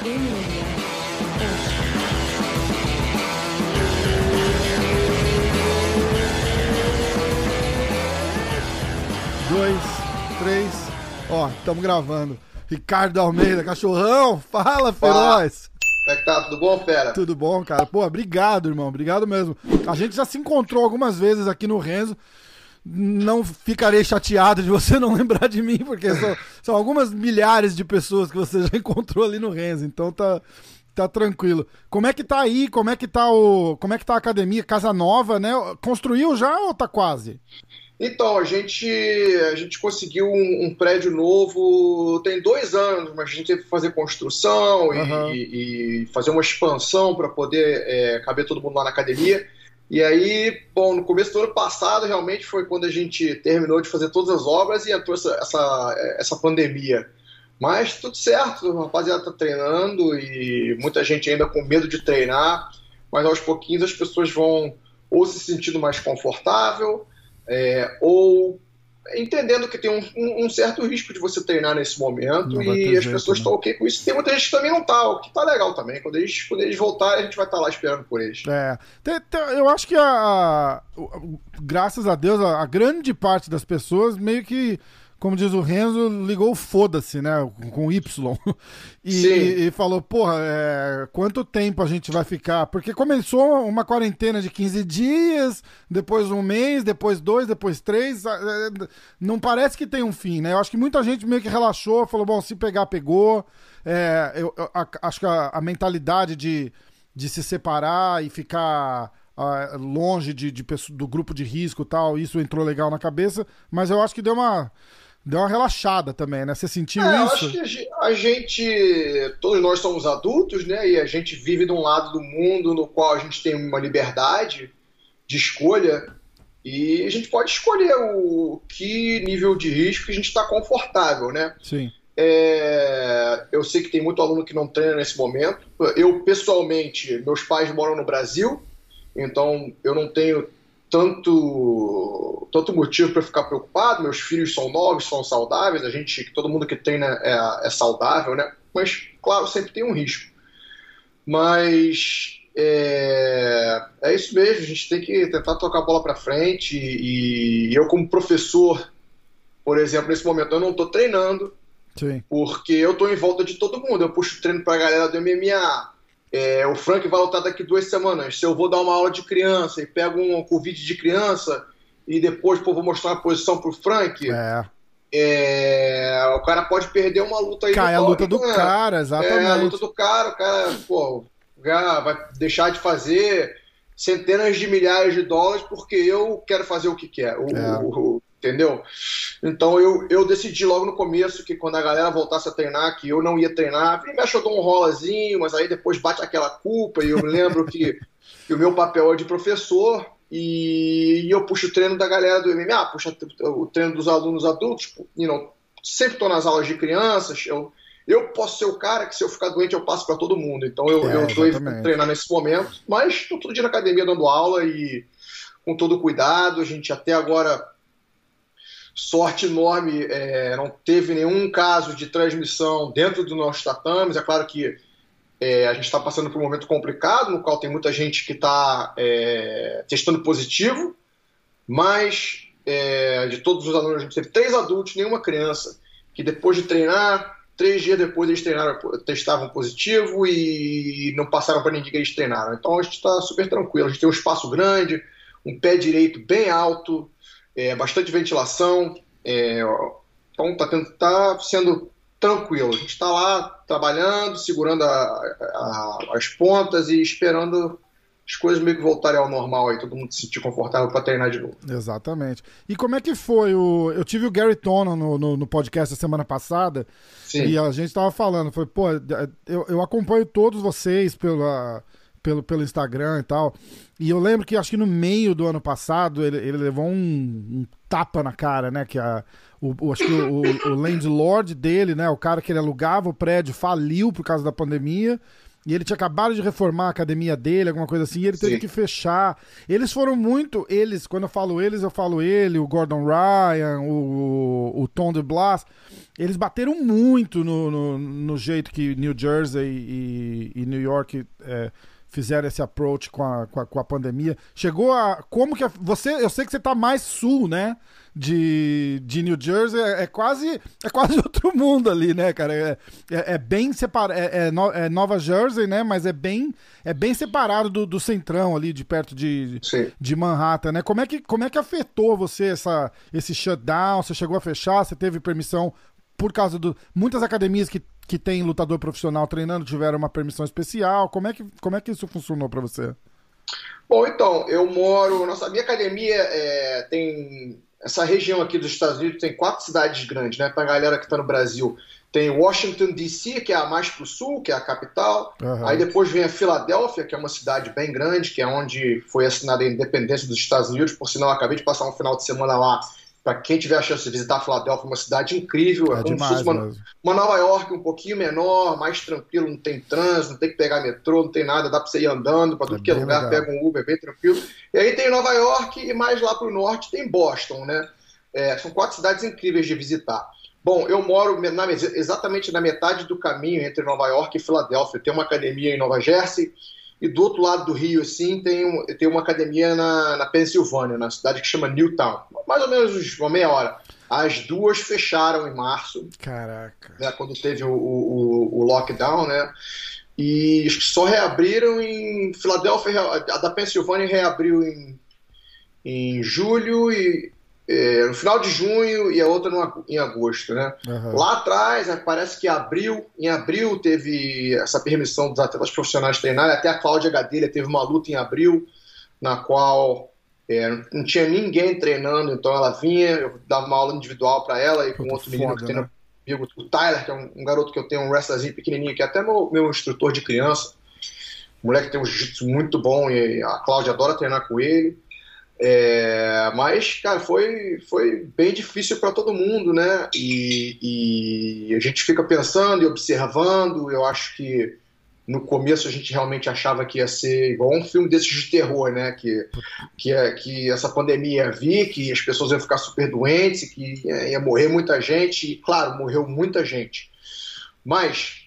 Dois, três, ó, estamos gravando. Ricardo Almeida, cachorrão, fala, feroz. Como é que tá? Tudo bom, fera? Tudo bom, cara? Pô, obrigado, irmão, obrigado mesmo. A gente já se encontrou algumas vezes aqui no Renzo. Não ficarei chateado de você não lembrar de mim, porque são algumas milhares de pessoas que você já encontrou ali no Renzo, então tá tranquilo. Como é que tá aí? Como é que tá a academia? Casa nova, né? Construiu já ou tá quase? Então, a gente conseguiu um prédio novo tem 2 anos, mas a gente teve que fazer construção e fazer uma expansão para poder caber todo mundo lá na academia. E aí, bom, no começo do ano passado, realmente foi quando a gente terminou de fazer todas as obras e entrou essa pandemia. Mas tudo certo, a rapaziada tá treinando e muita gente ainda com medo de treinar, mas aos pouquinhos as pessoas vão ou se sentindo mais confortável, ou entendendo que tem um certo risco de você treinar nesse momento e as pessoas estão ok com isso. Tem muita gente que também não tá, o que tá legal também. Quando eles voltarem, a gente vai estar lá esperando por eles. Eu acho que graças a Deus, a grande parte das pessoas meio que, como diz o Renzo, ligou o foda-se, né, com Y, e falou, porra, quanto tempo a gente vai ficar? Porque começou uma quarentena de 15 dias, depois um mês, depois 2, depois 3, não parece que tem um fim, né? Eu acho que muita gente meio que relaxou, falou, bom, se pegar, pegou. Eu acho que mentalidade de se separar e ficar longe do grupo de risco e tal, isso entrou legal na cabeça, mas eu acho que deu uma relaxada também, né? Você sentiu isso? Eu acho que a gente, todos nós somos adultos, né? E a gente vive de um lado do mundo no qual a gente tem uma liberdade de escolha e a gente pode escolher o que nível de risco que a gente está confortável, né? Sim. Eu sei que tem muito aluno que não treina nesse momento. Eu, pessoalmente, meus pais moram no Brasil, então eu não tenho tanto motivo para ficar preocupado. Meus filhos são novos, são saudáveis, todo mundo que treina é saudável, né? Mas, claro, sempre tem um risco. Mas é isso mesmo, a gente tem que tentar tocar a bola para frente e eu, como professor, por exemplo, nesse momento eu não estou treinando. Sim. Porque eu estou em volta de todo mundo. Eu puxo treino para a galera do MMA. O Frank vai lutar daqui 2 semanas. Se eu vou dar uma aula de criança e pego um Covid de criança e depois vou mostrar uma posição pro Frank, o cara pode perder uma luta aí. Cai a luta do cara, exatamente. A luta do cara, o cara vai deixar de fazer centenas de milhares de dólares porque eu quero fazer o que quer. Entendeu? Então eu decidi logo no começo que quando a galera voltasse a treinar, que eu não ia treinar. Me achou um rolazinho, mas aí depois bate aquela culpa e eu me lembro que o meu papel é de professor e eu puxo o treino da galera do MMA, puxo o treino dos alunos adultos, sempre estou nas aulas de crianças. Eu posso ser o cara que, se eu ficar doente, eu passo para todo mundo. Então eu estou evitando treinar nesse momento, mas estou todo dia na academia dando aula e com todo cuidado. A gente até agora, sorte enorme, não teve nenhum caso de transmissão dentro dos nossos tatames. É claro que a gente está passando por um momento complicado, no qual tem muita gente que está testando positivo, mas de todos os alunos a gente teve 3 adultos, nenhuma criança, que depois de treinar, 3 dias depois eles testavam positivo e não passaram para ninguém que eles treinaram. Então a gente está super tranquilo, a gente tem um espaço grande, um pé direito bem alto, bastante ventilação, então tá sendo tranquilo. A gente está lá trabalhando, segurando as pontas e esperando as coisas meio que voltarem ao normal aí, todo mundo se sentir confortável para treinar de novo. Exatamente. E como é que foi? Eu tive o Gary Tonon no podcast a semana passada. Sim. E a gente tava falando, foi, pô, eu acompanho todos vocês pelo Instagram e tal, e eu lembro que acho que no meio do ano passado ele levou um tapa na cara, né, que acho que o landlord dele, né, o cara que ele alugava o prédio faliu por causa da pandemia, e ele tinha acabado de reformar a academia dele, alguma coisa assim, e ele teve que fechar. Eles foram muito, quando eu falo eles, eu falo ele, o Gordon Ryan, o Tom DeBlas, eles bateram muito no jeito que New Jersey e New York fizeram esse approach com a pandemia. Chegou a... Como que... eu sei que você tá mais sul, né? De New Jersey. É quase outro mundo ali, né, cara? É bem separado. É Nova Jersey, né? Mas é bem separado do centrão ali, de perto de Manhattan, né? Como é que afetou você esse shutdown? Você chegou a fechar? Você teve permissão por causa muitas academias que tem lutador profissional treinando tiveram uma permissão especial. Como é que isso funcionou para você? Bom, então, eu moro... minha academia tem... Essa região aqui dos Estados Unidos tem 4 cidades grandes, né? Pra galera que tá no Brasil. Tem Washington, D.C., que é a mais pro sul, que é a capital. Uhum. Aí depois vem a Filadélfia, que é uma cidade bem grande, que é onde foi assinada a independência dos Estados Unidos. Por sinal, eu acabei de passar um final de semana lá. Para quem tiver a chance de visitar a Filadélfia, uma cidade incrível. É como se fosse uma Nova York um pouquinho menor, mais tranquilo, não tem trânsito, não tem que pegar metrô, não tem nada, dá para você ir andando para tudo que é lugar, legal. Pega um Uber, bem tranquilo. E aí tem Nova York e mais lá para o norte tem Boston, né? São 4 cidades incríveis de visitar. Bom, eu moro exatamente na metade do caminho entre Nova York e Filadélfia. Tem uma academia em Nova Jersey. E do outro lado do Rio, assim, tem uma academia na Pensilvânia, na cidade que chama Newtown. Mais ou menos uma meia hora. As 2 fecharam em março. Caraca. Né, quando teve o lockdown, né? E só reabriram em Filadélfia. A da Pensilvânia reabriu em julho no final de junho e a outra em agosto, né? Uhum. Lá atrás, parece que em abril teve essa permissão dos atletas profissionais treinarem, até a Cláudia Gadelha teve uma luta em abril, na qual não tinha ninguém treinando, então ela vinha, eu dava uma aula individual para ela e com outro menino que tem comigo, o Tyler, que é um garoto que eu tenho, um wrestlerzinho pequenininho, que é até meu instrutor de criança, o moleque tem um jiu-jitsu muito bom e a Cláudia adora treinar com ele. Mas, cara, foi bem difícil para todo mundo, né? E a gente fica pensando e observando. Eu acho que no começo a gente realmente achava que ia ser igual um filme desses de terror, né? Que essa pandemia ia vir, que as pessoas iam ficar super doentes, que ia morrer muita gente. E, claro, morreu muita gente. Mas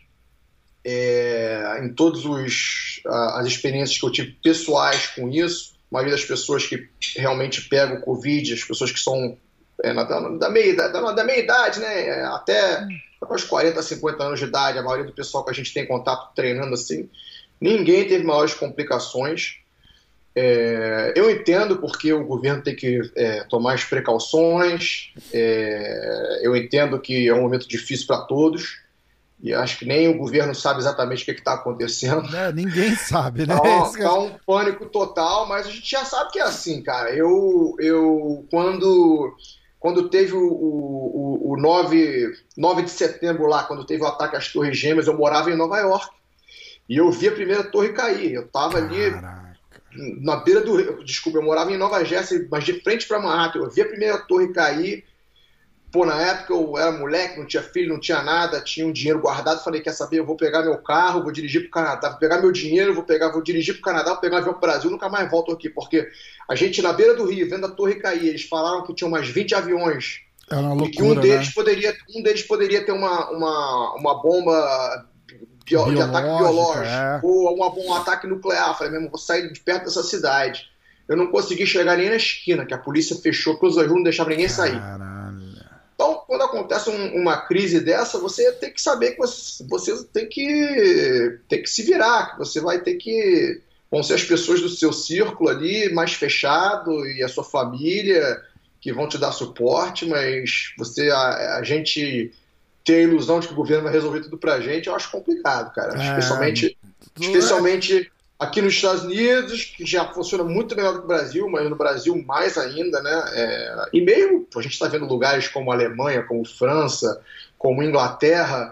em todas as experiências que eu tive pessoais com isso, a maioria das pessoas que realmente pegam o Covid, as pessoas que são da meia idade, né, até os 40, 50 anos de idade, a maioria do pessoal que a gente tem contato treinando assim, ninguém teve maiores complicações. Eu entendo porque o governo tem que tomar as precauções, eu entendo que é um momento difícil para todos, e acho que nem o governo sabe exatamente o que está acontecendo. Ninguém sabe, né? Tá um pânico total, mas a gente já sabe que é assim, cara. Eu quando teve o 9 de setembro lá, quando teve o ataque às Torres Gêmeas, eu morava em Nova York. E eu vi a primeira torre cair. Eu tava ali na beira do rio. Desculpa, eu morava em Nova Jersey, mas de frente para Manhattan. Eu vi a primeira torre cair. Pô, na época eu era moleque, não tinha filho, não tinha nada, tinha um dinheiro guardado, falei, quer saber, eu vou pegar meu carro, vou dirigir pro Canadá, vou pegar meu dinheiro, vou dirigir pro Canadá, vou pegar um avião pro Brasil, nunca mais volto aqui, porque a gente na beira do rio, vendo a torre cair, eles falaram que tinham mais 20 aviões, loucura, e que um deles poderia ter uma bomba de ataque biológico, ou um ataque nuclear. Falei, mesmo, vou sair de perto dessa cidade. Eu não consegui chegar nem na esquina, que a polícia fechou, cruzou as ruas, não deixava ninguém sair. Então, quando acontece uma crise dessa, você tem que saber que você tem que se virar, que você vai ter que... Vão ser as pessoas do seu círculo ali, mais fechado, e a sua família, que vão te dar suporte, mas a gente ter a ilusão de que o governo vai resolver tudo pra gente, eu acho complicado, cara. Especialmente aqui nos Estados Unidos, que já funciona muito melhor do que o Brasil, mas no Brasil mais ainda, né? E mesmo a gente está vendo lugares como a Alemanha, como França, como Inglaterra,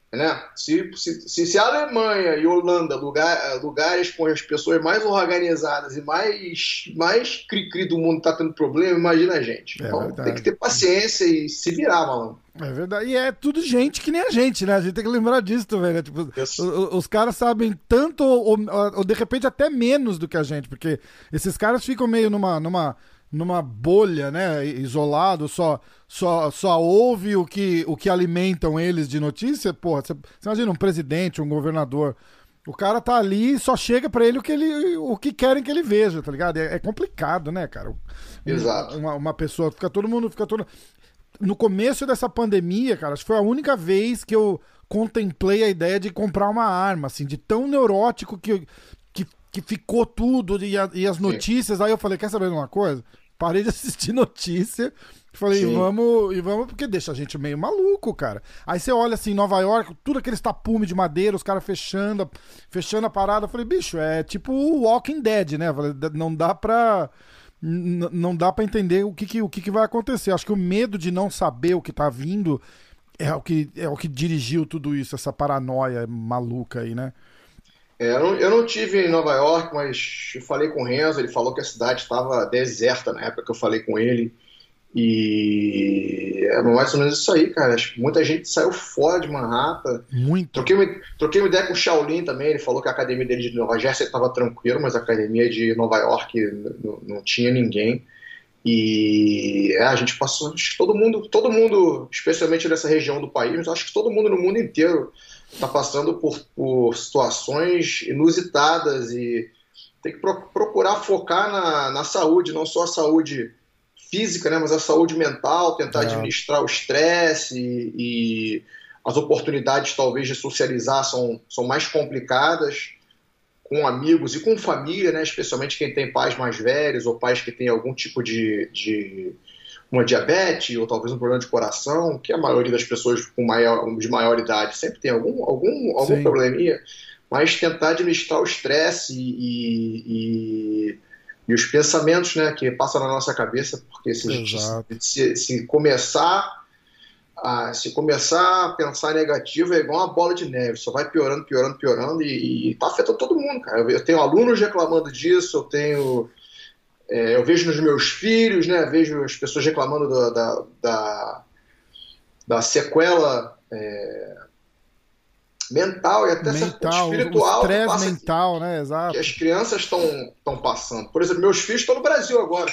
né? Se a Alemanha e Holanda, lugares com as pessoas mais organizadas e mais cri-cri do mundo, tá tendo problema, imagina a gente. Então tem que ter paciência e se virar, malandro. É verdade. E é tudo gente que nem a gente, né? A gente tem que lembrar disso também, né? Tipo, os caras sabem tanto ou de repente até menos do que a gente, porque esses caras ficam meio numa bolha, né? Isolado, só ouve o que alimentam eles de notícia. Porra, você imagina um presidente, um governador. O cara tá ali e só chega pra ele o que querem que ele veja, tá ligado? É complicado, né, cara? Exato. Uma pessoa, fica todo mundo. No começo dessa pandemia, cara, acho que foi a única vez que eu contemplei a ideia de comprar uma arma, assim, de tão neurótico que ficou tudo e as notícias. Sim. Aí eu falei, quer saber de uma coisa? Parei de assistir notícia. Falei, vamos, porque deixa a gente meio maluco, cara. Aí você olha assim, Nova York, tudo aqueles tapumes de madeira, os caras fechando a parada. Eu falei, bicho, é tipo Walking Dead, né? Falei, não dá pra entender o que vai acontecer. Acho que o medo de não saber o que tá vindo é o que dirigiu tudo isso, essa paranoia maluca aí, né? Eu não tive em Nova York, mas eu falei com o Renzo, ele falou que a cidade estava deserta na época que eu falei com ele. E é mais ou menos isso aí, cara. Acho que muita gente saiu fora de Manhattan. Muito. Troquei uma ideia com o Shaolin também. Ele falou que a academia dele de Nova Jersey estava tranquilo, mas a academia de Nova York não tinha ninguém. E a gente passou, acho que todo mundo, especialmente nessa região do país, mas acho que todo mundo no mundo inteiro está passando por situações inusitadas e tem que procurar focar na saúde, não só a saúde física, né, mas a saúde mental, tentar administrar o estresse e as oportunidades talvez de socializar são mais complicadas com amigos e com família, né, especialmente quem tem pais mais velhos ou pais que têm algum tipo de uma diabetes ou talvez um problema de coração, que a maioria das pessoas de maior idade sempre tem algum probleminha, mas tentar administrar o estresse e os pensamentos, né, que passam na nossa cabeça, porque se começar a pensar negativo é igual uma bola de neve, só vai piorando e tá afetando todo mundo, cara. Eu tenho alunos reclamando disso, eu vejo nos meus filhos, né, vejo as pessoas reclamando da sequela mental e até espiritual, o estresse mental, né? Exato. Que as crianças estão passando. Por exemplo, meus filhos estão no Brasil agora,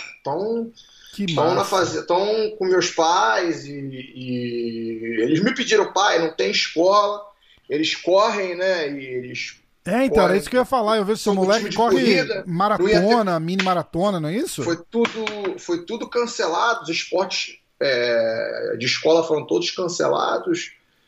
estão com meus pais e eles me pediram, pai, não tem escola, eles correm, né? E eles então, era isso que eu ia falar. Eu vejo seu moleque corre maratona, mini maratona, não é isso? Foi tudo cancelado, os esportes de escola foram todos cancelados.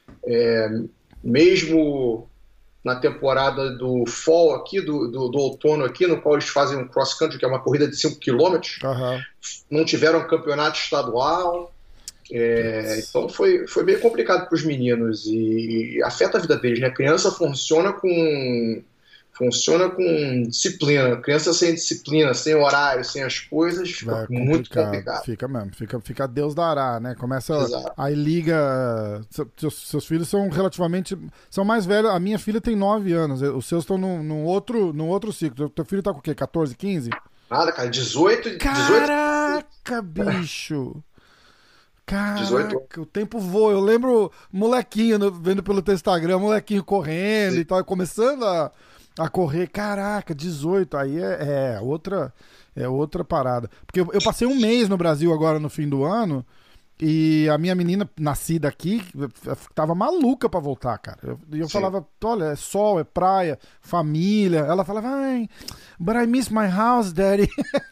Mesmo na temporada do fall aqui, do outono aqui, no qual eles fazem um cross country, que é uma corrida de 5 km, não tiveram campeonato estadual, então foi bem complicado para os meninos e afeta a vida deles, né? A criança funciona com disciplina. Criança sem disciplina, sem horário, sem as coisas, fica muito complicado. Fica mesmo, fica Deus dará, né? Começa, aí liga. Seus filhos são relativamente. São mais velhos. A minha filha tem 9 anos, os seus estão num outro ciclo. Teu filho tá com o quê? 14, 15? Nada, cara, 18. Caraca, bicho! Caraca, 18. O tempo voa. Eu lembro molequinho, vendo pelo teu Instagram, molequinho correndo. Sim. E tal, começando a correr. Caraca, 18, aí é outra parada. Porque eu passei um mês no Brasil agora no fim do ano e a minha menina nascida aqui tava maluca pra voltar, cara. Eu falava, olha, é sol, é praia, família. Ela falava, ai, but I miss my house, daddy.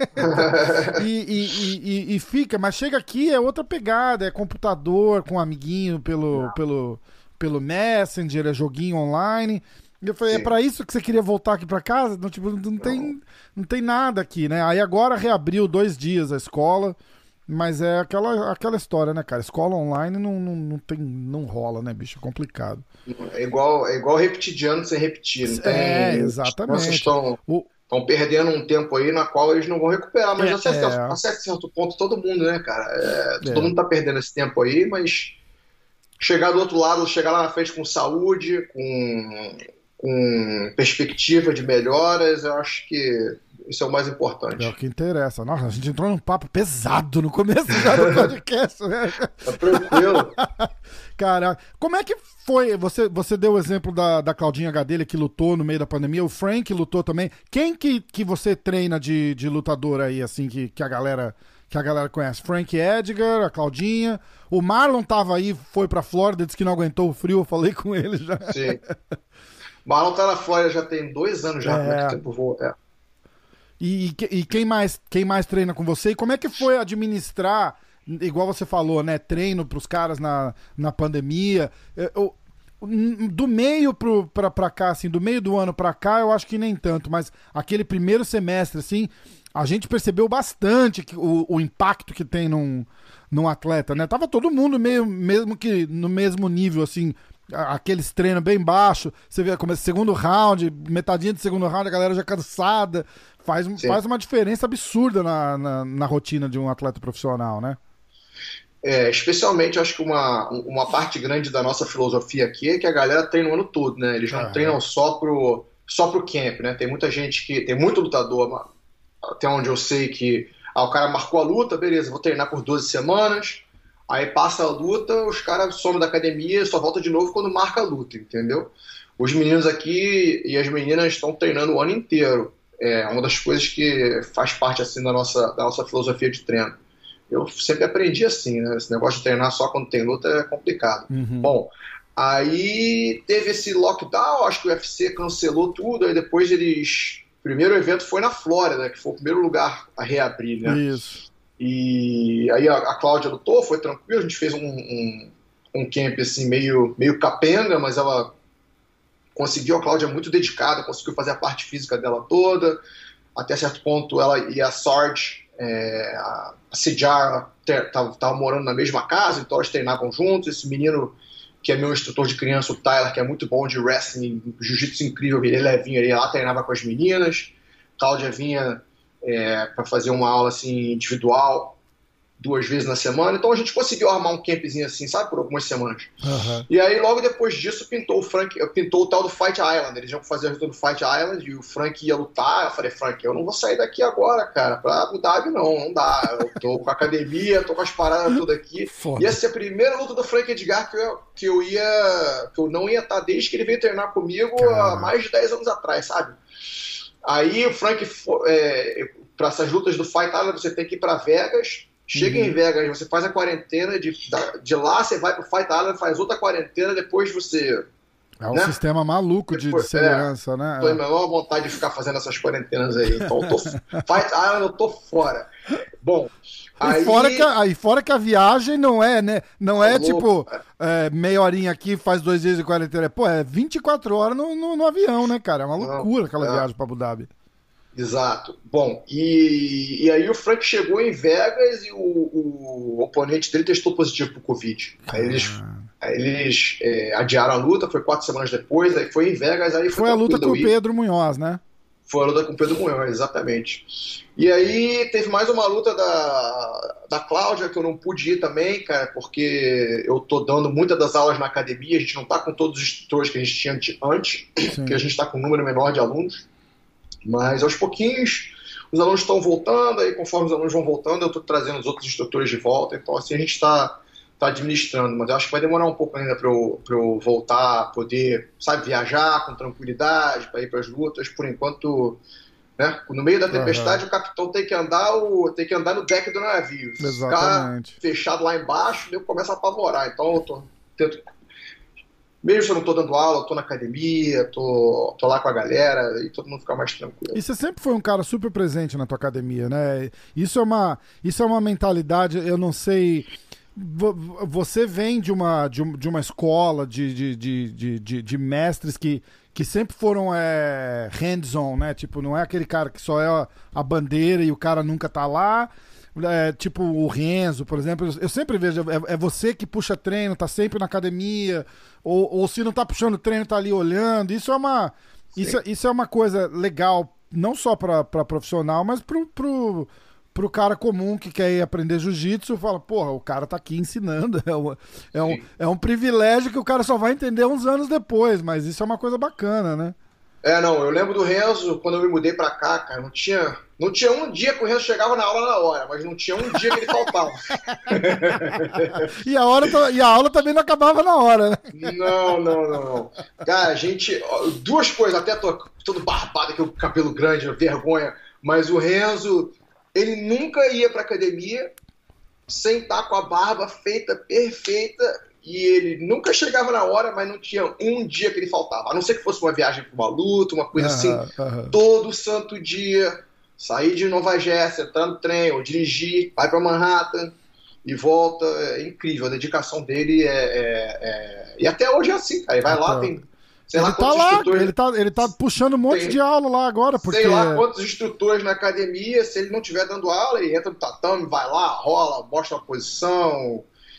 e fica, mas chega aqui é outra pegada, é computador com um amiguinho pelo Messenger, é joguinho online. E eu falei, é pra isso que você queria voltar aqui pra casa? Não, tipo, não tem nada aqui, né? Aí agora reabriu 2 dias a escola, mas é aquela história, né, cara? Escola online não rola, né, bicho? É complicado. É igual repetir de ano sem repetir. Não tem, exatamente. Estão perdendo um tempo aí na qual eles não vão recuperar, mas a certo ponto todo mundo, né, cara? Todo mundo tá perdendo esse tempo aí, mas chegar do outro lado, chegar lá na frente com saúde, com perspectiva de melhoras, eu acho que isso é o mais importante. É o que interessa. Nossa, a gente entrou num papo pesado no começo já do podcast, né? Tá tranquilo. Cara, como é que foi? Você deu o exemplo da Claudinha Gadelha, que lutou no meio da pandemia, o Frank lutou também. Quem que você treina de lutador aí, assim, que a galera conhece? Frank Edgar, a Claudinha. O Marlon tava aí, foi pra Flórida, disse que não aguentou o frio, eu falei com ele já. Sim. Marlon tá na Flórida já tem 2 anos já. Como é que tempo vou? E quem mais treina com você? E como é que foi administrar, igual você falou, né? Treino pros caras na pandemia. Do meio pra cá, assim, do meio do ano pra cá, eu acho que nem tanto, mas aquele primeiro semestre, assim, a gente percebeu bastante o impacto que tem num atleta, né? Tava todo mundo mesmo que no mesmo nível, assim, aqueles treinos bem baixo, você vê como segundo round, metadinha de segundo round, a galera já cansada, faz uma diferença absurda na rotina de um atleta profissional, né? Especialmente, acho que uma parte grande da nossa filosofia aqui é que a galera treina o ano todo, né? Eles não treinam só pro camp, né? Tem muita gente tem muito lutador, até onde eu sei que o cara marcou a luta, beleza, vou treinar por 12 semanas, aí passa a luta, os caras somem da academia e só volta de novo quando marca a luta, entendeu? Os meninos aqui e as meninas estão treinando o ano inteiro. É uma das coisas que faz parte, assim, da nossa filosofia de treino. Eu sempre aprendi assim, né? Esse negócio de treinar só quando tem luta é complicado. Uhum. Bom, aí teve esse lockdown, acho que o UFC cancelou tudo, aí depois o primeiro evento foi na Flórida, que foi o primeiro lugar a reabrir, né? Isso. E aí a Cláudia lutou, foi tranquilo, a gente fez um camp assim, meio capenga, mas ela conseguiu, a Cláudia é muito dedicada, conseguiu fazer a parte física dela toda, até certo ponto ela e a Sarge, a Cijar, estavam morando na mesma casa, então elas treinavam juntos. Esse menino que é meu instrutor de criança, o Tyler, que é muito bom de wrestling, jiu-jitsu incrível, ele é levinho, ele lá treinava com as meninas. Cláudia vinha para fazer uma aula assim, individual 2 vezes na semana, então a gente conseguiu armar um campzinho assim, sabe, por algumas semanas. Uhum. E aí logo depois disso pintou o tal do Fight Island, eles iam fazer a luta do Fight Island e o Frank ia lutar. Eu falei, Frank, eu não vou sair daqui agora, cara, pra Abu Dhabi não dá, eu tô com a academia, tô com as paradas todas aqui. Foda. Ia ser a primeira luta do Frank Edgar que eu não ia estar desde que ele veio treinar comigo há mais de 10 anos atrás, sabe? Aí o Frank, para essas lutas do Fight Island, você tem que ir pra Vegas. Chega em Vegas, você faz a quarentena, de lá você vai pro Fight Island, faz outra quarentena, depois você... É um sistema maluco de segurança, né? Tô em menor vontade de ficar fazendo essas quarentenas aí. Então, Fight Island, eu tô fora. Bom, fora que a viagem não é, né? Não é tipo meia horinha aqui, faz 2 dias de quarentena. Pô, é 24 horas no avião, né, cara? É uma loucura aquela viagem pra Abu Dhabi. Exato. Bom, e aí o Frank chegou em Vegas e o oponente dele testou positivo pro Covid. Aí eles adiaram a luta, foi 4 semanas depois, aí foi em Vegas, aí foi a luta com o Pedro Munhoz, né? Foi a luta com o Pedro Munhoz, exatamente. E aí teve mais uma luta da Cláudia, que eu não pude ir também, cara, porque eu tô dando muitas das aulas na academia, a gente não tá com todos os instrutores que a gente tinha antes, porque a gente tá com um número menor de alunos. Mas aos pouquinhos os alunos estão voltando, aí conforme os alunos vão voltando eu estou trazendo os outros instrutores de volta, então assim a gente está administrando, mas eu acho que vai demorar um pouco ainda para eu voltar a poder, sabe, viajar com tranquilidade, para ir para as lutas. Por enquanto, né, no meio da tempestade o capitão tem que andar no deck do navio. Exatamente. Ficar fechado lá embaixo, eu começo a apavorar, então eu tento... Mesmo se eu não tô dando aula, eu tô na academia, tô lá com a galera e todo mundo fica mais tranquilo. E você sempre foi um cara super presente na tua academia, né? Isso é uma mentalidade, eu não sei... Você vem de uma escola de mestres que sempre foram hands-on, né? Tipo, não é aquele cara que só é a bandeira e o cara nunca tá lá... tipo o Renzo, por exemplo, eu sempre vejo, é você que puxa treino, tá sempre na academia, ou se não tá puxando treino, tá ali olhando. Isso é uma coisa legal, não só pra profissional, mas pro cara comum que quer ir aprender jiu-jitsu, fala, porra, o cara tá aqui ensinando. É um privilégio que o cara só vai entender uns anos depois, mas isso é uma coisa bacana, né? Não, eu lembro do Renzo, quando eu me mudei pra cá, cara, não tinha um dia que o Renzo chegava na aula na hora, mas não tinha um dia que ele faltava. E a aula também não acabava na hora, né? Não. Cara, a gente... Duas coisas, até tô todo barbado aqui, o cabelo grande, vergonha, mas o Renzo, ele nunca ia pra academia sem estar com a barba feita, perfeita, e ele nunca chegava na hora, mas não tinha um dia que ele faltava. A não ser que fosse uma viagem para uma luta, uma coisa assim. Todo santo dia, sair de Nova Jersey, entrar no trem, ou dirigir, vai para Manhattan e volta. É incrível, a dedicação dele E até hoje é assim, cara. Ele vai lá, tem... Sei lá quantos instrutores... Ele tá puxando um monte de aula lá agora, porque... Sei lá quantos instrutores na academia, se ele não estiver dando aula, ele entra no tatame, vai lá, rola, mostra uma posição...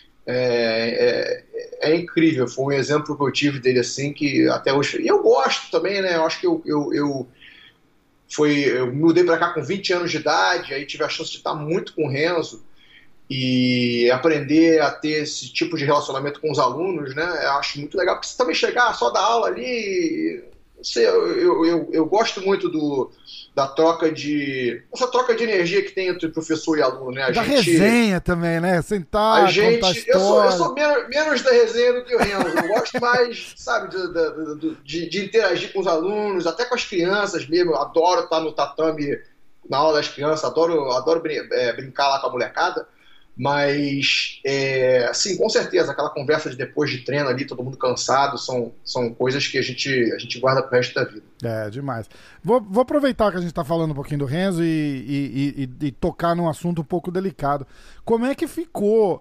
É incrível, foi um exemplo que eu tive dele assim, que até hoje... E eu gosto também, né? Eu acho que eu me mudei pra cá com 20 anos de idade, aí tive a chance de estar muito com o Renzo e aprender a ter esse tipo de relacionamento com os alunos, né? Eu acho muito legal, porque você também chegar só dar aula ali... Não sei, eu gosto muito essa troca de energia que tem entre professor e aluno, né? Resenha também, né? Sentar, contar história. Eu sou menos da resenha do que o Renzo. Eu gosto mais, sabe, de interagir com os alunos, até com as crianças mesmo. Eu adoro estar no tatame na aula das crianças, adoro brincar lá com a molecada. Mas, assim, com certeza, aquela conversa de depois de treino ali, todo mundo cansado, são coisas que a gente guarda pro resto da vida. Demais. Vou aproveitar que a gente tá falando um pouquinho do Renzo e tocar num assunto um pouco delicado. Como é que ficou...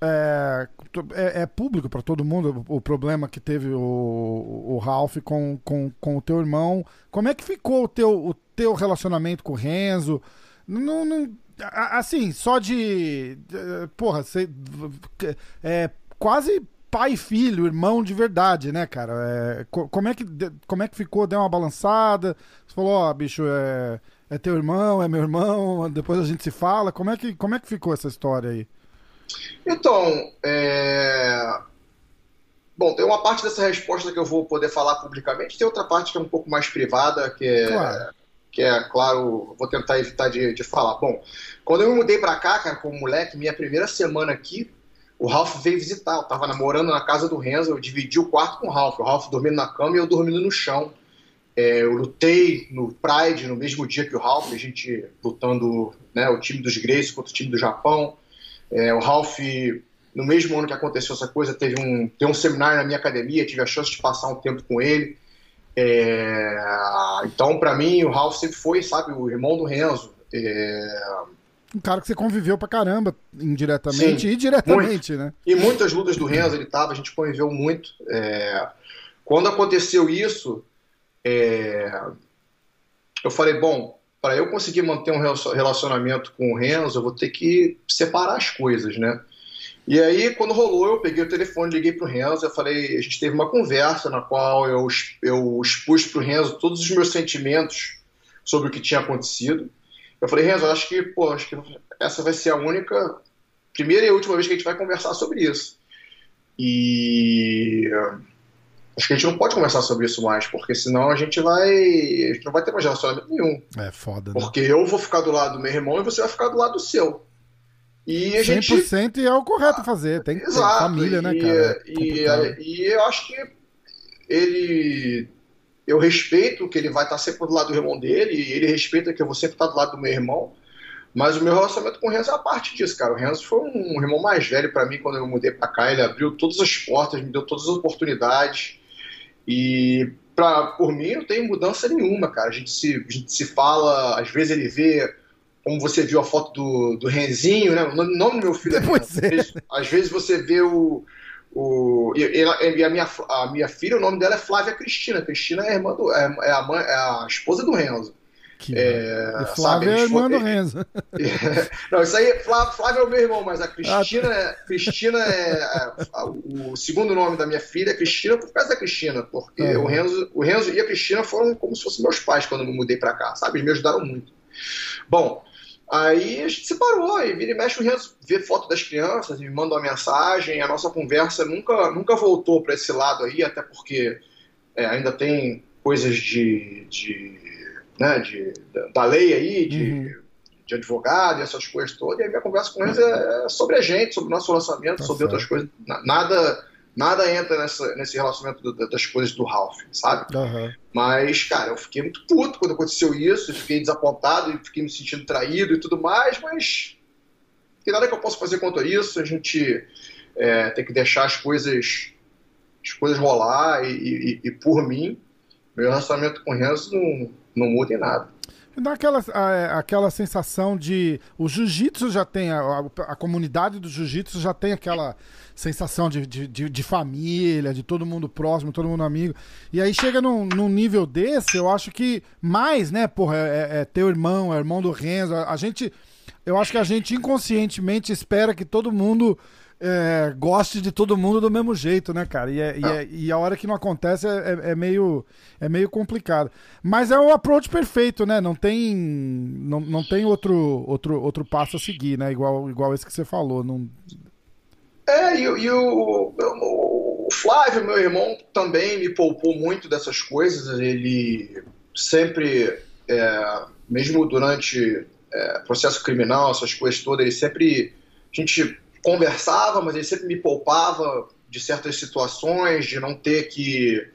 É público para todo mundo o problema que teve o Ralph com o teu irmão. Como é que ficou o teu relacionamento com o Renzo? Assim, só de... Porra, você quase pai e filho, irmão de verdade, né, cara? Como é que ficou? Deu uma balançada? Você falou, bicho, é teu irmão, é meu irmão, depois a gente se fala. Como é que ficou essa história aí? Então, bom, tem uma parte dessa resposta que eu vou poder falar publicamente, tem outra parte que é um pouco mais privada, claro, vou tentar evitar de falar. Bom, quando eu me mudei pra cá, cara, como moleque, minha primeira semana aqui, o Ralph veio visitar. Eu tava namorando na casa do Renzo, eu dividi o quarto com o Ralph dormindo na cama e eu dormindo no chão. Eu lutei no Pride no mesmo dia que o Ralph, a gente lutando, né, o time dos Gracie contra o time do Japão. O Ralph, no mesmo ano que aconteceu essa coisa, teve um seminário na minha academia, tive a chance de passar um tempo com ele. Então, pra mim, o Ralph sempre foi, sabe, o irmão do Renzo. Um cara que você conviveu pra caramba, indiretamente e diretamente, muito, né? E muitas lutas do Renzo a gente conviveu muito. Quando aconteceu isso, eu falei, bom, para eu conseguir manter um relacionamento com o Renzo, eu vou ter que separar as coisas, né? E aí, quando rolou, eu peguei o telefone, liguei pro Renzo, eu falei, a gente teve uma conversa na qual eu expus pro Renzo todos os meus sentimentos sobre o que tinha acontecido. Eu falei, Renzo, acho que essa vai ser a primeira e última vez que a gente vai conversar sobre isso. E acho que a gente não pode conversar sobre isso mais, porque senão a gente não vai ter mais relacionamento nenhum. É foda, né? Porque eu vou ficar do lado do meu irmão e você vai ficar do lado do seu. E a 100% é o correto fazer, tem que ter família, né, cara? E eu acho que eu respeito que ele vai estar sempre do lado do irmão dele, e ele respeita que eu vou sempre estar do lado do meu irmão, mas o meu relacionamento com o Renzo é a parte disso, cara. O Renzo foi um irmão mais velho pra mim quando eu mudei pra cá, ele abriu todas as portas, me deu todas as oportunidades, e por mim não tem mudança nenhuma, cara. A gente se fala, às vezes ele vê... Como você viu a foto do Renzinho, né? O nome do meu filho Às vezes você vê a minha filha, o nome dela é Flávia Cristina. Cristina é a irmã é a esposa do Renzo. Flávia é a irmã do Renzo. Não, isso aí, Flávia é o meu irmão, mas a Cristina o segundo nome da minha filha é Cristina por causa da Cristina, porque o Renzo e a Cristina foram como se fossem meus pais quando eu me mudei pra cá, sabe? Eles me ajudaram muito. Bom, Aí a gente separou, e vira e mexe o Renzo vê foto das crianças e me manda uma mensagem. A nossa conversa nunca voltou para esse lado aí, até porque ainda tem coisas da lei aí, de advogado e essas coisas todas. E a minha conversa com eles é sobre a gente, sobre o nosso relacionamento, sobre outras coisas. Nada entra nesse relacionamento das coisas do Ralph, sabe? Mas, cara, eu fiquei muito puto quando aconteceu isso, fiquei desapontado e fiquei me sentindo traído e tudo mais, mas não tem nada que eu possa fazer contra isso. A gente tem que deixar as coisas rolar e por mim, meu relacionamento com o Renzo não muda em nada. Dá aquela sensação de... O jiu-jitsu já tem... A comunidade do jiu-jitsu já tem aquela sensação de família, de todo mundo próximo, todo mundo amigo. E aí chega num nível desse, eu acho que mais, né? Porra, é teu irmão, é irmão do Renzo. Eu acho que a gente inconscientemente espera que todo mundo... goste de todo mundo do mesmo jeito, né, cara? E a hora que não acontece é meio complicado. Mas é o approach perfeito, né? Não tem outro passo a seguir, né? Igual esse que você falou. Não... O Flávio, meu irmão, também me poupou muito dessas coisas. Ele sempre, mesmo durante processo criminal, essas coisas todas, a gente conversava, mas ele sempre me poupava de certas situações, de não ter que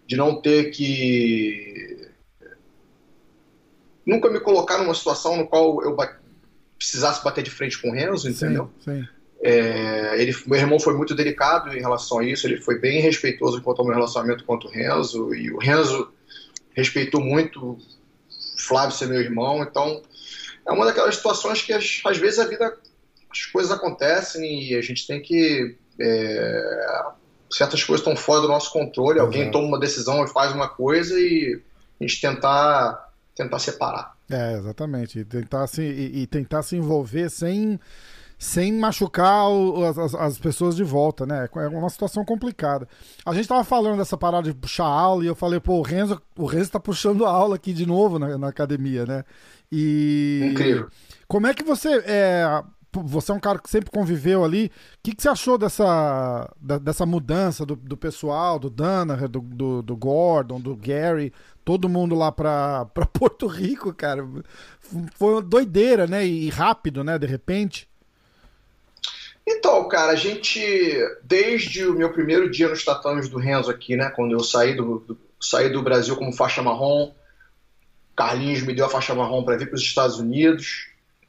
nunca me colocar numa situação no qual eu precisasse bater de frente com o Renzo, entendeu? Sim. Meu irmão foi muito delicado em relação a isso, ele foi bem respeitoso quanto ao meu relacionamento com o Renzo, e o Renzo respeitou muito o Flávio ser meu irmão. Então é uma daquelas situações que às vezes as coisas acontecem e a gente tem que... certas coisas estão fora do nosso controle. Alguém toma uma decisão e faz uma coisa e a gente tentar separar. Exatamente. E tentar se envolver sem machucar as pessoas de volta, né? É uma situação complicada. A gente tava falando dessa parada de puxar aula e eu falei, pô, o Renzo tá puxando a aula aqui de novo na academia, né? Incrível. Como é que você... Você é um cara que sempre conviveu ali. O que você achou dessa mudança do pessoal, do Danaher, do Gordon, do Gary, todo mundo lá pra Porto Rico, cara? Foi uma doideira, né? E rápido, né? De repente. Então, cara, desde o meu primeiro dia nos tatames do Renzo aqui, né? Quando eu saí do Brasil como faixa marrom, Carlinhos me deu a faixa marrom para vir para os Estados Unidos.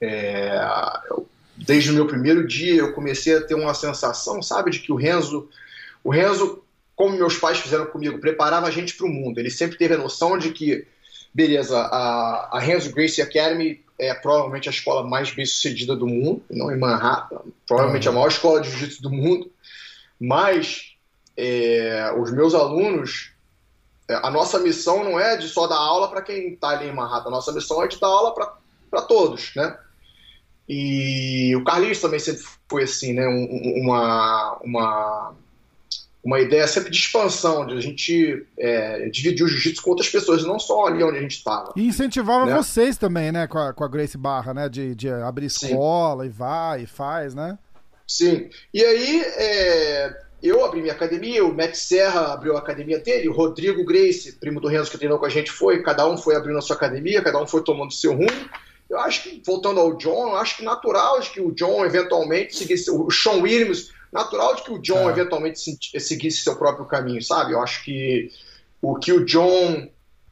Desde o meu primeiro dia eu comecei a ter uma sensação, sabe, de que o Renzo, como meus pais fizeram comigo, preparava a gente para o mundo. Ele sempre teve a noção de que, beleza, a Renzo Gracie Academy é provavelmente a escola mais bem sucedida do mundo, não em Manhattan, provavelmente a maior escola de jiu-jitsu do mundo, mas os meus alunos, a nossa missão não é de só dar aula para quem está ali em Manhattan, a nossa missão é de dar aula para todos, né? E o Carlinhos também sempre foi assim, né? Uma ideia sempre de expansão, de a gente dividir o jiu-jitsu com outras pessoas, não só ali onde a gente estava. E incentivava, né, vocês também, né? Com a Gracie Barra, né? De abrir escola. Sim. E vai e faz, né? Sim. E aí eu abri minha academia, o Matt Serra abriu a academia dele, o Rodrigo Gracie, primo do Renzo que treinou com a gente, cada um foi abrindo a sua academia, cada um foi tomando o seu rumo. Eu acho que, voltando ao John, eu acho que natural de que o John eventualmente seguisse, o Sean Williams, natural de que o John eventualmente seguisse seu próprio caminho, sabe? Eu acho que o que o John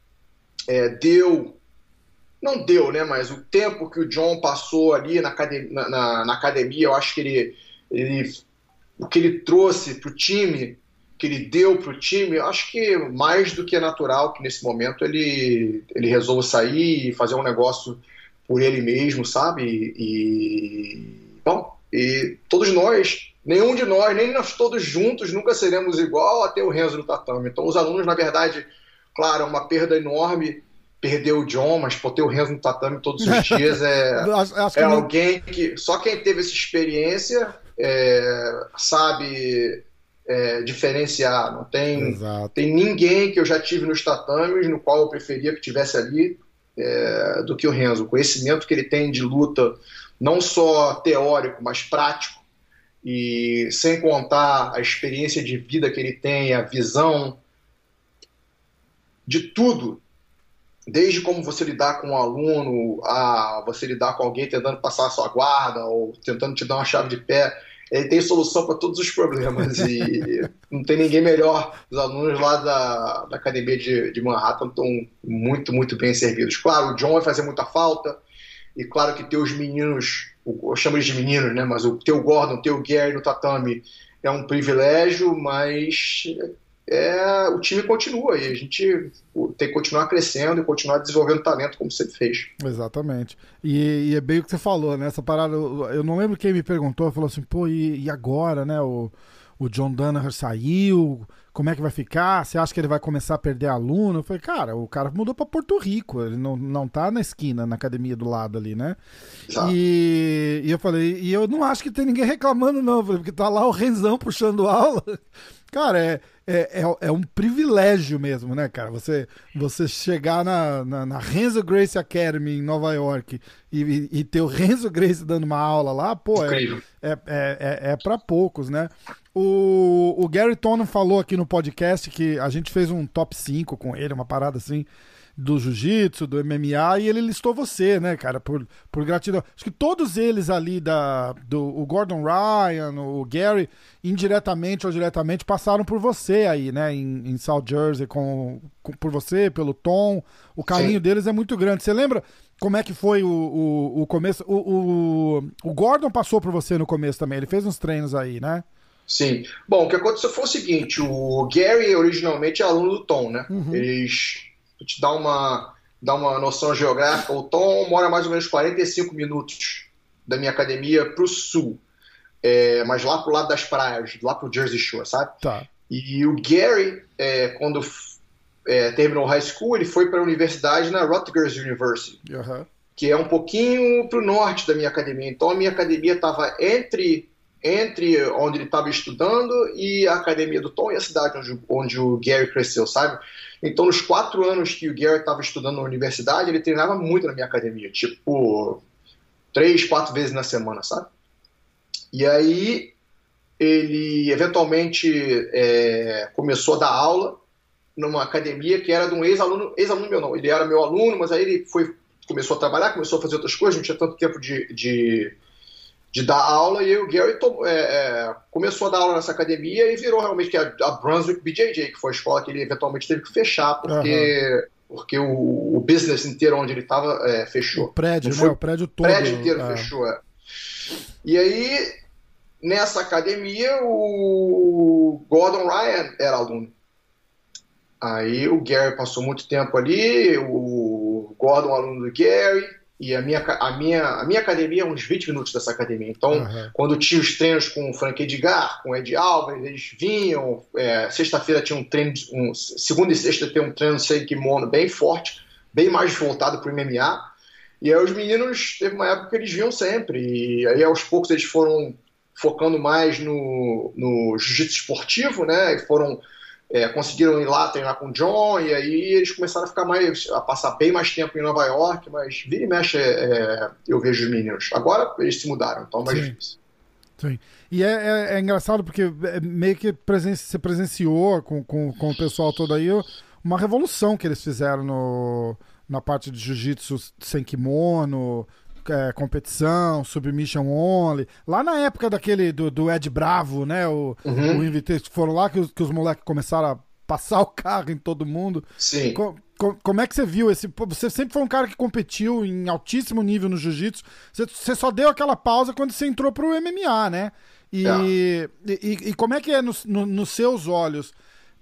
não deu, né? Mas o tempo que o John passou ali na academia, eu acho que o que ele trouxe para o time, que ele deu para o time, eu acho que mais do que é natural que nesse momento ele resolva sair e fazer um negócio por ele mesmo, sabe? Bom, e todos nós, nenhum de nós, nem nós todos juntos, nunca seremos igual a ter o Renzo no tatame. Então os alunos, na verdade, claro, é uma perda enorme perder o John, mas ter o Renzo no tatame todos os dias é alguém que só quem teve essa experiência sabe diferenciar. Não tem ninguém que eu já tive nos tatames no qual eu preferia que tivesse ali do que o Renzo. O conhecimento que ele tem de luta, não só teórico, mas prático, e sem contar a experiência de vida que ele tem, a visão de tudo, desde como você lidar com um aluno, a você lidar com alguém tentando passar a sua guarda ou tentando te dar uma chave de pé. Ele tem solução para todos os problemas e não tem ninguém melhor. Os alunos lá da academia de Manhattan estão muito, muito bem servidos. Claro, o John vai fazer muita falta, e claro que ter os meninos, eu chamo eles de meninos, né? Mas o teu Gordon, o Gary no tatame é um privilégio, mas o time continua e a gente tem que continuar crescendo e continuar desenvolvendo talento como sempre fez. Exatamente. E é bem o que você falou, né? Essa parada, eu não lembro quem me perguntou, falou assim, pô, e agora, né? O John Danaher saiu, como é que vai ficar? Você acha que ele vai começar a perder aluno? Eu falei, cara, o cara mudou pra Porto Rico, ele não tá na esquina, na academia do lado ali, né? E eu falei, e eu não acho que tem ninguém reclamando não, porque tá lá o Renzão puxando aula. Cara, é um privilégio mesmo, né, cara? Você chegar na Renzo Gracie Academy em Nova York e ter o Renzo Gracie dando uma aula lá, pô, é pra poucos, né? O Gary Tonon falou aqui no podcast que a gente fez um top 5 com ele, uma parada assim, do jiu-jitsu, do MMA, e ele listou você, né, cara, por gratidão. Acho que todos eles ali, o Gordon Ryan, o Gary, indiretamente ou diretamente, passaram por você aí, né, em South Jersey, por você, pelo Tom. O carinho deles é muito grande. Você lembra como é que foi o começo? O Gordon passou por você no começo também, ele fez uns treinos aí, né? Sim. Bom, o que aconteceu foi o seguinte, o Gary originalmente é aluno do Tom, né? Uhum. Pra te dar uma noção geográfica, o Tom mora mais ou menos 45 minutos da minha academia pro sul, mas lá pro lado das praias, lá pro Jersey Shore, sabe? Tá. E o Gary, quando terminou high school, ele foi para a universidade na Rutgers University, que é um pouquinho pro norte da minha academia. Então a minha academia estava entre onde ele estava estudando e a academia do Tom e a cidade onde o Gary cresceu, sabe? Então, nos 4 anos que o Gary estava estudando na universidade, ele treinava muito na minha academia, tipo 3, 4 vezes na semana, sabe? E aí, ele eventualmente começou a dar aula numa academia que era de um ex-aluno meu não, ele era meu aluno, mas aí ele começou a trabalhar, começou a fazer outras coisas, não tinha tanto tempo de dar aula, e aí o Gary começou a dar aula nessa academia e virou realmente a Brunswick BJJ, que foi a escola que ele eventualmente teve que fechar, porque o business inteiro onde ele estava fechou. O prédio, né? O prédio todo. O prédio inteiro fechou, E aí, nessa academia, o Gordon Ryan era aluno. Aí o Gary passou muito tempo ali, o Gordon aluno do Gary, e a minha academia é uns 20 minutos dessa academia. Então, quando tinha os treinos com o Frank Edgar, com o Ed Alves, eles vinham. Sexta-feira tinha um treino, segunda e sexta tem um treino sem kimono bem forte, bem mais voltado para o MMA. E aí os meninos, teve uma época que eles vinham sempre. E aí aos poucos eles foram focando mais no jiu-jitsu esportivo, né? E conseguiram ir lá treinar com o John, e aí eles começaram a passar bem mais tempo em Nova York, mas vira e mexe eu vejo os meninos. Agora eles se mudaram, então é mais difícil. Sim. E é engraçado porque meio que você presenciou com o pessoal todo aí uma revolução que eles fizeram na parte de jiu-jitsu sem kimono, competição, submission only. Lá na época daquele do Ed Bravo, né? O Invitation, foram lá que os moleques começaram a passar o carro em todo mundo. Sim. Como é que você viu você sempre foi um cara que competiu em altíssimo nível no jiu-jitsu. Você só deu aquela pausa quando você entrou pro MMA, né? E como é que é nos seus olhos?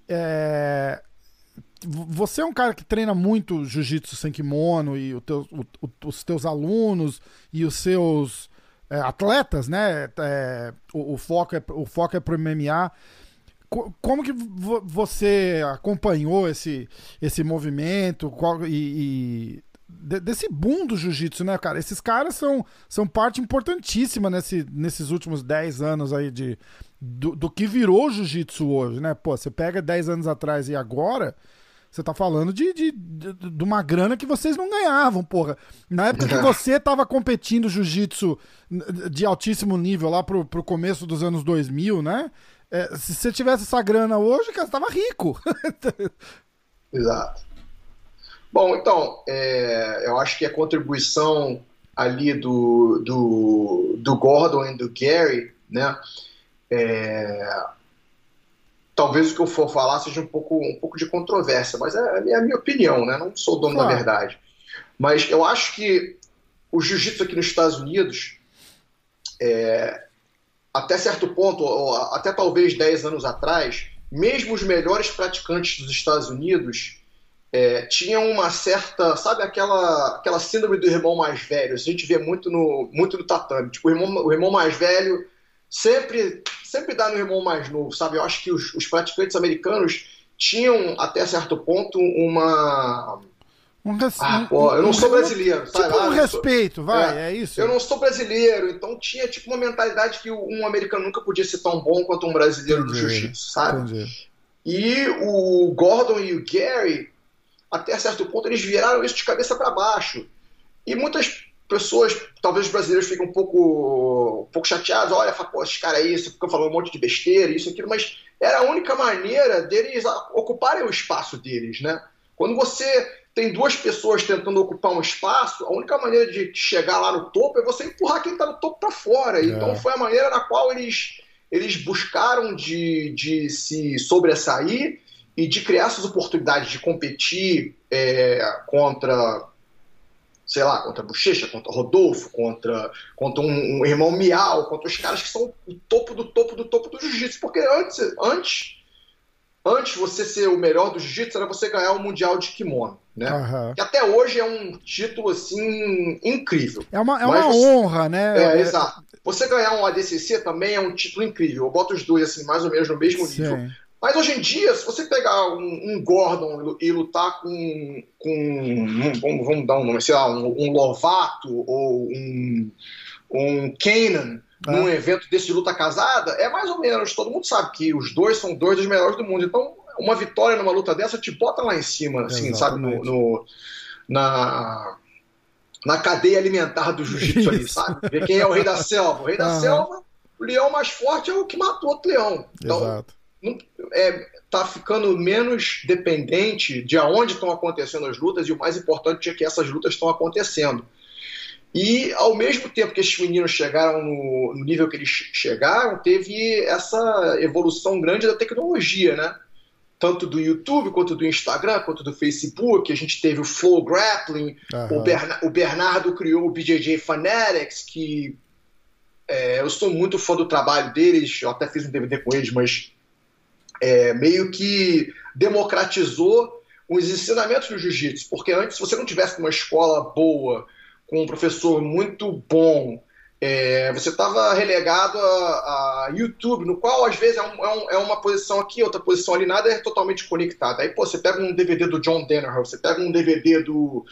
Você é um cara que treina muito jiu-jitsu sem kimono, e os teus alunos e os seus atletas, né? O foco é pro MMA. Como que você acompanhou esse movimento desse boom do jiu-jitsu, né, cara? Esses caras são parte importantíssima nesses últimos 10 anos aí do que virou jiu-jitsu hoje, né? Pô, você pega 10 anos atrás e agora, Você tá falando de uma grana que vocês não ganhavam, porra. Na época que você tava competindo jiu-jitsu de altíssimo nível lá pro começo dos anos 2000, né? Se você tivesse essa grana hoje, cara, você tava rico. Exato. Bom, então, eu acho que a contribuição ali do Gordon e do Gary, né? Talvez o que eu for falar seja um pouco de controvérsia, mas é a minha opinião, né? Não sou dono da verdade. Mas eu acho que o jiu-jitsu aqui nos Estados Unidos, até certo ponto, ou até talvez 10 anos atrás, mesmo os melhores praticantes dos Estados Unidos tinham uma certa, sabe, aquela síndrome do irmão mais velho. A gente vê muito no tatame. Tipo, o irmão mais velho sempre dá no irmão mais novo, sabe? Eu acho que os praticantes americanos tinham, até certo ponto, uma... eu não sou brasileiro, sabe? Tipo um respeito, é isso? Eu não sou brasileiro, então tinha tipo uma mentalidade que um americano nunca podia ser tão bom quanto um brasileiro no jiu-jitsu, sabe? Entendi. E o Gordon e o Gary, até certo ponto, eles viraram isso de cabeça para baixo. E muitas pessoas, talvez os brasileiros, ficam um pouco chateados. Olha, pô, esses caras aí ficam falando um monte de besteira, isso, aquilo, mas era a única maneira deles ocuparem o espaço deles, né? Quando você tem duas pessoas tentando ocupar um espaço, a única maneira de chegar lá no topo é você empurrar quem está no topo para fora. Então foi a maneira na qual eles buscaram de se sobressair e de criar essas oportunidades de competir contra, sei lá, contra Bochecha, contra Rodolfo, contra um irmão Miau, contra os caras que são o topo do topo do topo do jiu-jitsu. Porque antes você ser o melhor do jiu-jitsu era você ganhar o Mundial de Kimono, né? Uhum. Que até hoje é um título, assim, incrível. É uma honra, né? Exato. Você ganhar um ADCC também é um título incrível. Eu boto os dois, assim, mais ou menos no mesmo nível. Mas hoje em dia, se você pegar um Gordon e lutar com vamos dar um nome, sei lá, um Lovato ou um Kanan num evento desse de luta casada, é mais ou menos, todo mundo sabe que os dois são dois dos melhores do mundo. Então, uma vitória numa luta dessa te bota lá em cima, assim, sabe, na cadeia alimentar do jiu-jitsu ali, sabe? Ver quem é o rei da selva. O rei da selva, o leão mais forte é o que matou outro leão. Então, tá ficando menos dependente de aonde estão acontecendo as lutas, e o mais importante é que essas lutas estão acontecendo. E ao mesmo tempo que esses meninos chegaram no nível que eles chegaram, teve essa evolução grande da tecnologia, né? Tanto do YouTube, quanto do Instagram, quanto do Facebook. A gente teve o Flow Grappling, o Bernardo criou o BJJ Fanatics, que eu sou muito fã do trabalho deles, eu até fiz um DVD com eles, mas meio que democratizou os ensinamentos do jiu-jitsu, porque antes, se você não tivesse uma escola boa, com um professor muito bom, você estava relegado a YouTube, no qual às vezes é uma posição aqui, outra posição ali, nada é totalmente conectado. Aí, pô, você pega um DVD do John Danaher, você pega um DVD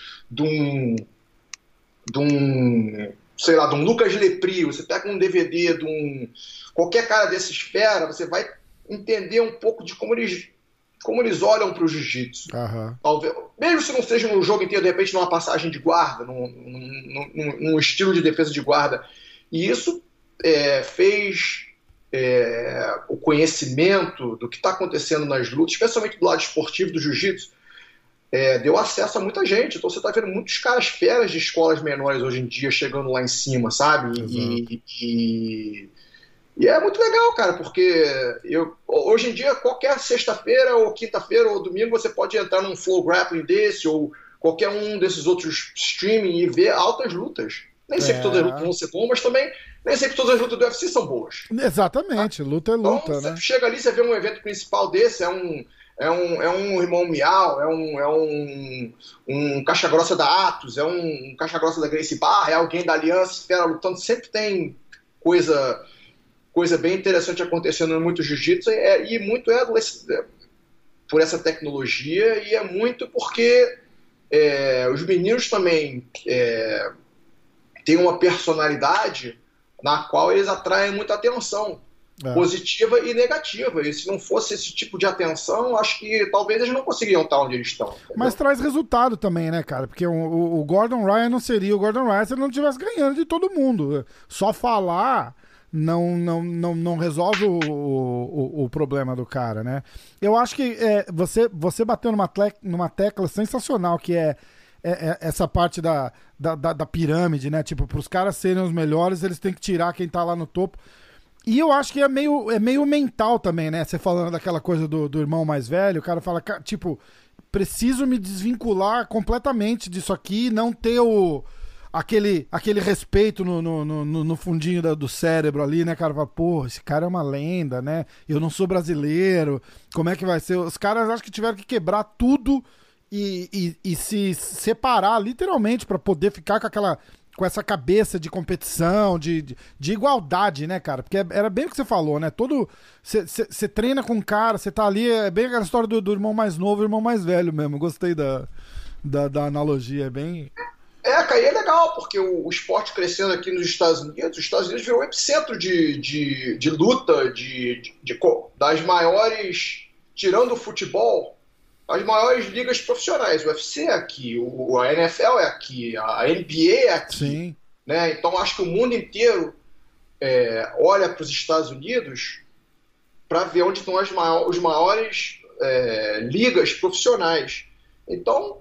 sei lá, de um Lucas Lepri, você pega um DVD de qualquer cara desse esfera, você vai entender um pouco de como eles olham para o jiu-jitsu. Talvez, mesmo se não seja no jogo inteiro, de repente numa passagem de guarda, num estilo de defesa de guarda. E isso fez o conhecimento do que está acontecendo nas lutas, especialmente do lado esportivo do jiu-jitsu, deu acesso a muita gente. Então você está vendo muitos caras feras de escolas menores hoje em dia chegando lá em cima, sabe? E é muito legal, cara, porque hoje em dia, qualquer sexta-feira ou quinta-feira ou domingo, você pode entrar num Flow Grappling desse ou qualquer um desses outros streaming e ver altas lutas. Nem sempre todas as lutas vão ser boas, mas também nem sempre todas as lutas do UFC são boas. Exatamente, luta é luta, então, né? Você chega ali, você vê um evento principal desse, é um irmão Miau, um caixa grossa da Atos, é um caixa grossa da Gracie Barra, é alguém da Aliança Fera lutando, sempre tem coisa bem interessante acontecendo no muito jiu-jitsu, e muito por essa tecnologia, e é muito porque os meninos também têm uma personalidade na qual eles atraem muita atenção. positiva e negativa. E se não fosse esse tipo de atenção, acho que talvez eles não conseguiriam estar onde eles estão. Entendeu? Mas traz resultado também, né, cara? Porque o Gordon Ryan não seria o Gordon Ryan se ele não estivesse ganhando de todo mundo. Só falar não resolve o problema do cara, né? Eu acho que você bateu numa tecla sensacional, que é essa parte da pirâmide, né? Tipo, para os caras serem os melhores, eles têm que tirar quem tá lá no topo. E eu acho que é meio mental também, né? Você falando daquela coisa do irmão mais velho, o cara fala, tipo, preciso me desvincular completamente disso aqui, não ter aquele respeito no fundinho do cérebro ali, né, cara? Fala, pô, esse cara é uma lenda, né? Eu não sou brasileiro, como é que vai ser? Os caras acho que tiveram que quebrar tudo e se separar literalmente para poder ficar com essa cabeça de competição, de igualdade, né, cara? Porque era bem o que você falou, né? Você treina com um cara, você tá ali, é bem aquela história do irmão mais novo e irmão mais velho mesmo. Gostei da analogia, é bem... Cara, e é legal, porque o esporte crescendo aqui nos Estados Unidos, os Estados Unidos virou um epicentro de luta, das maiores, tirando o futebol, as maiores ligas profissionais. O UFC é aqui, a NFL é aqui, a NBA é aqui. Sim. Né? Então acho que o mundo inteiro olha para os Estados Unidos para ver onde estão os maiores ligas profissionais. Então,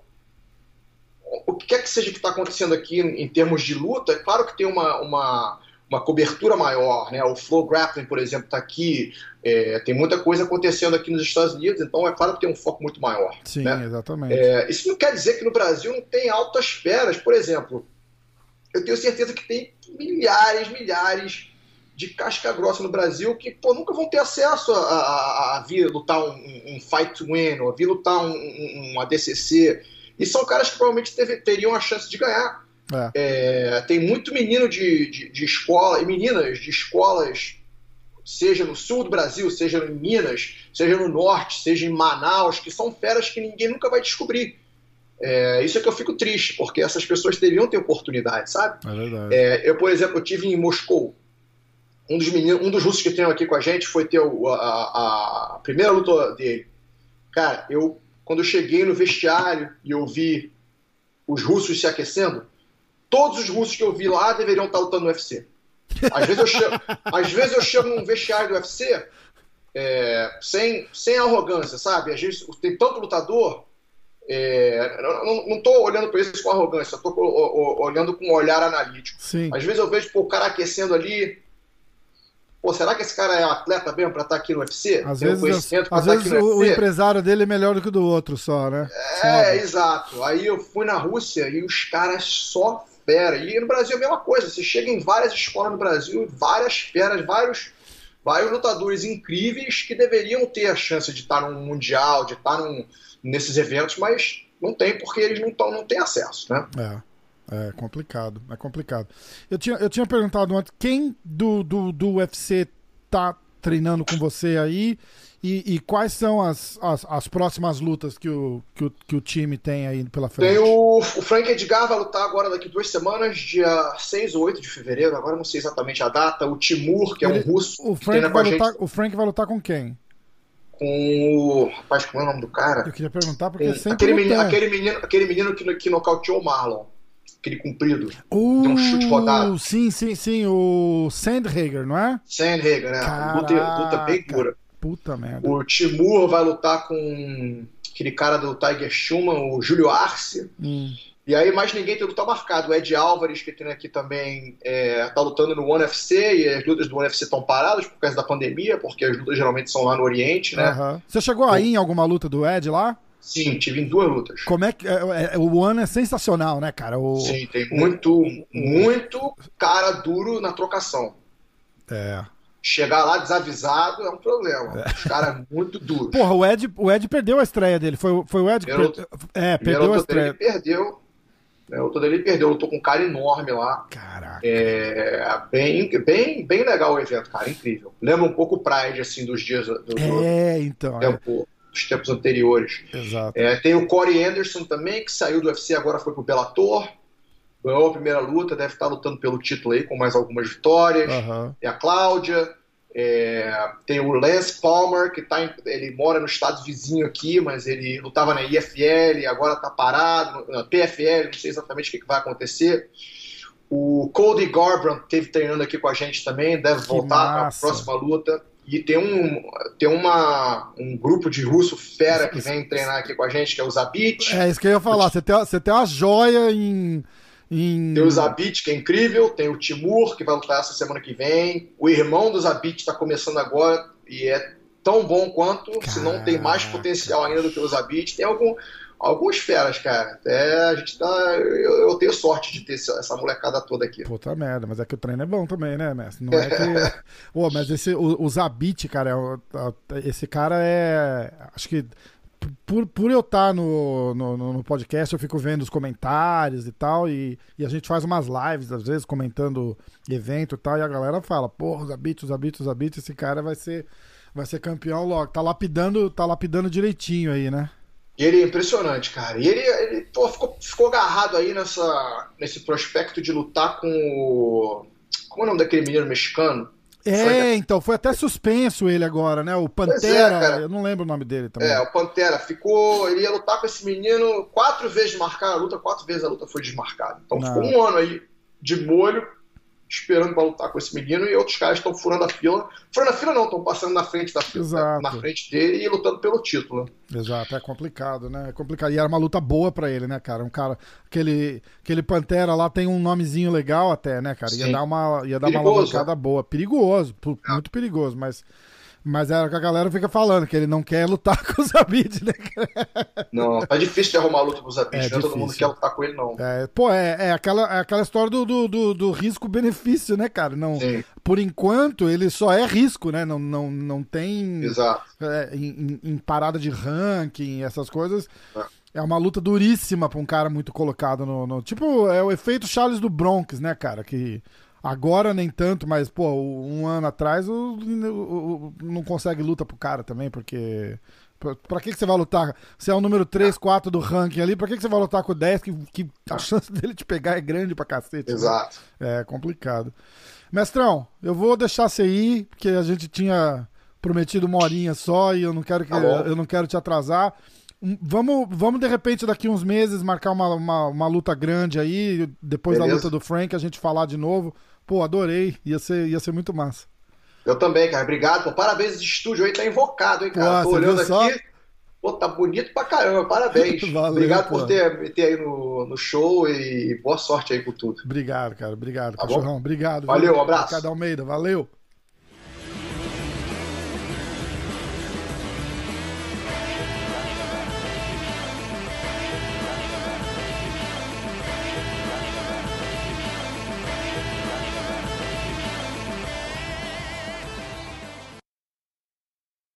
o que quer que seja que está acontecendo aqui em termos de luta, é claro que tem uma cobertura maior, né? O Flow Grappling, por exemplo, está aqui, tem muita coisa acontecendo aqui nos Estados Unidos, então é claro que tem um foco muito maior. Sim, né? Exatamente. Isso não quer dizer que no Brasil não tem altas feras. Por exemplo, eu tenho certeza que tem milhares de casca grossa no Brasil que nunca vão ter acesso a vir lutar um Fight to Win, ou a vir lutar uma DCC. E são caras que provavelmente teriam a chance de ganhar. Tem muito menino de escola e meninas de escolas, seja no sul do Brasil, seja em Minas, seja no norte, seja em Manaus, que são feras que ninguém nunca vai descobrir. Isso é que eu fico triste, porque essas pessoas deveriam ter oportunidade, sabe? É verdade. Eu, por exemplo, eu estive em Moscou. Um dos russos que tem aqui com a gente foi ter a primeira luta dele. Cara, quando eu cheguei no vestiário e eu vi os russos se aquecendo, todos os russos que eu vi lá deveriam estar lutando no UFC. Às vezes eu chego num vestiário do UFC sem arrogância, sabe? Às vezes tem tanto lutador, não estou olhando para isso com arrogância, estou olhando com um olhar analítico. Sim. Às vezes eu vejo o cara aquecendo ali. Será que esse cara é um atleta mesmo para estar aqui no UFC? Às vezes o empresário dele é melhor do que o do outro só, né? Exato. Aí eu fui na Rússia e os caras só fera. E no Brasil é a mesma coisa. Você chega em várias escolas no Brasil, várias feras, vários lutadores incríveis que deveriam ter a chance de estar num mundial, de estar nesses eventos, mas não tem porque eles não têm acesso, né? É complicado. Eu tinha perguntado antes, quem do UFC tá treinando com você aí e quais são as próximas lutas que o time tem aí pela frente? Tem o Frank Edgar, vai lutar agora daqui 2 semanas, dia 6 ou 8 de fevereiro, agora não sei exatamente a data. O Timur, que é um russo. O Frank vai lutar com quem? Com o... Rapaz, como é o nome do cara? Eu queria perguntar porque sempre aquele menino que nocauteou o Marlon. Aquele comprido. Tem um chute rodado. Sim. O Sandhager, não é? Sandhager, né? Luta bem dura. Puta merda. O Timur vai lutar com aquele cara do Tiger Schumann, o Júlio Arce. E aí mais ninguém tem luta marcado. O Ed Álvares, que tem aqui também, tá lutando no ONE UFC, e as lutas do ONE UFC estão paradas por causa da pandemia, porque as lutas geralmente são lá no Oriente, né? Você chegou aí em alguma luta do Ed lá? Sim, tive em 2 lutas. Como é que o ONE é sensacional, né, cara? Sim, tem muito cara duro na trocação. Chegar lá desavisado é um problema. Os caras muito duros. Porra, o Ed perdeu a estreia dele. Foi o Ed que perdeu a estreia. O luta dele perdeu. Lutou com um cara enorme lá. Caraca. Bem legal o evento, cara. Incrível. Lembra um pouco o Pride, assim, dos dias dos tempos anteriores. Exato. Tem o Corey Anderson também, que saiu do UFC, agora foi pro Bellator. Ganhou a primeira luta, deve estar lutando pelo título aí, com mais algumas vitórias. Tem a Cláudia. Tem o Lance Palmer, que ele mora no estado vizinho aqui, mas ele lutava na IFL, agora está parado, na PFL, não sei exatamente o que vai acontecer. O Cody Garbrandt esteve treinando aqui com a gente também, deve voltar para a próxima luta. E tem um grupo de russo fera que vem treinar aqui com a gente, que é o Zabit. É isso que eu ia falar, você tem uma joia em... Tem o Zabit, que é incrível, tem o Timur, que vai lutar essa semana que vem. O irmão do Zabit está começando agora e é tão bom quanto, se não tem mais potencial ainda do que o Zabit. Tem alguns feras, cara. A gente eu tenho sorte de ter essa molecada toda aqui. Puta merda, mas é que o treino é bom também, né, mestre? Não é que... Pô, mas o Zabit, cara, esse cara é... Acho que por eu estar no podcast, eu fico vendo os comentários e tal, e a gente faz umas lives, às vezes, comentando evento e tal, e a galera fala, porra, o Zabit, esse cara vai ser campeão logo. Tá lapidando direitinho aí, né? E ele é impressionante, cara. E ele ficou agarrado aí nesse prospecto de lutar com o... Como é o nome daquele menino mexicano? Então, foi até suspenso ele agora, né? O Pantera, eu não lembro o nome dele também. O Pantera ele ia lutar com esse menino 4 vezes desmarcar a luta, 4 vezes a luta foi desmarcada. Então ficou um ano aí de molho, esperando pra lutar com esse menino, e outros caras estão furando a fila. Furando a fila não, estão passando na frente da fila, exato, na frente dele e lutando pelo título. Exato, é complicado, né? É complicado. E era uma luta boa pra ele, né, cara? Um cara, aquele Pantera lá tem um nomezinho legal até, né, cara? Ia dar uma alavancada boa. Perigoso, muito perigoso, mas é o que a galera fica falando, que ele não quer lutar com o Zabit, né? Não, tá difícil de arrumar luta com o Zabit, não é todo mundo que quer lutar com ele, não. É aquela história do risco-benefício, né, cara? Não, por enquanto, ele só é risco, né? Não tem... Exato. Em parada de ranking, essas coisas... É uma luta duríssima pra um cara muito colocado no... Tipo, é o efeito Charles do Bronx, né, cara? Que... Agora nem tanto, mas, pô, um ano atrás não consegue luta pro cara também, porque... Pra que você vai lutar? Você é o número 3, 4 do ranking ali, pra que você vai lutar com o 10, que a chance dele te pegar é grande pra cacete? Exato. Né? É complicado. Mestrão, eu vou deixar você ir, porque a gente tinha prometido uma horinha só e eu não quero te atrasar. Vamos, de repente, daqui uns meses, marcar uma luta grande aí, depois da luta do Frank, a gente falar de novo. Pô, adorei, ia ser muito massa. Eu também, cara, obrigado. Pô, parabéns, esse estúdio aí tá invocado, hein, cara. Tô olhando aqui, pô, tá bonito pra caramba, parabéns. Valeu, obrigado por ter aí no show e boa sorte aí com tudo. Obrigado, cara, obrigado. Tá Cachorrão, bom? obrigado. Valeu, um abraço. Ricardo Almeida, valeu.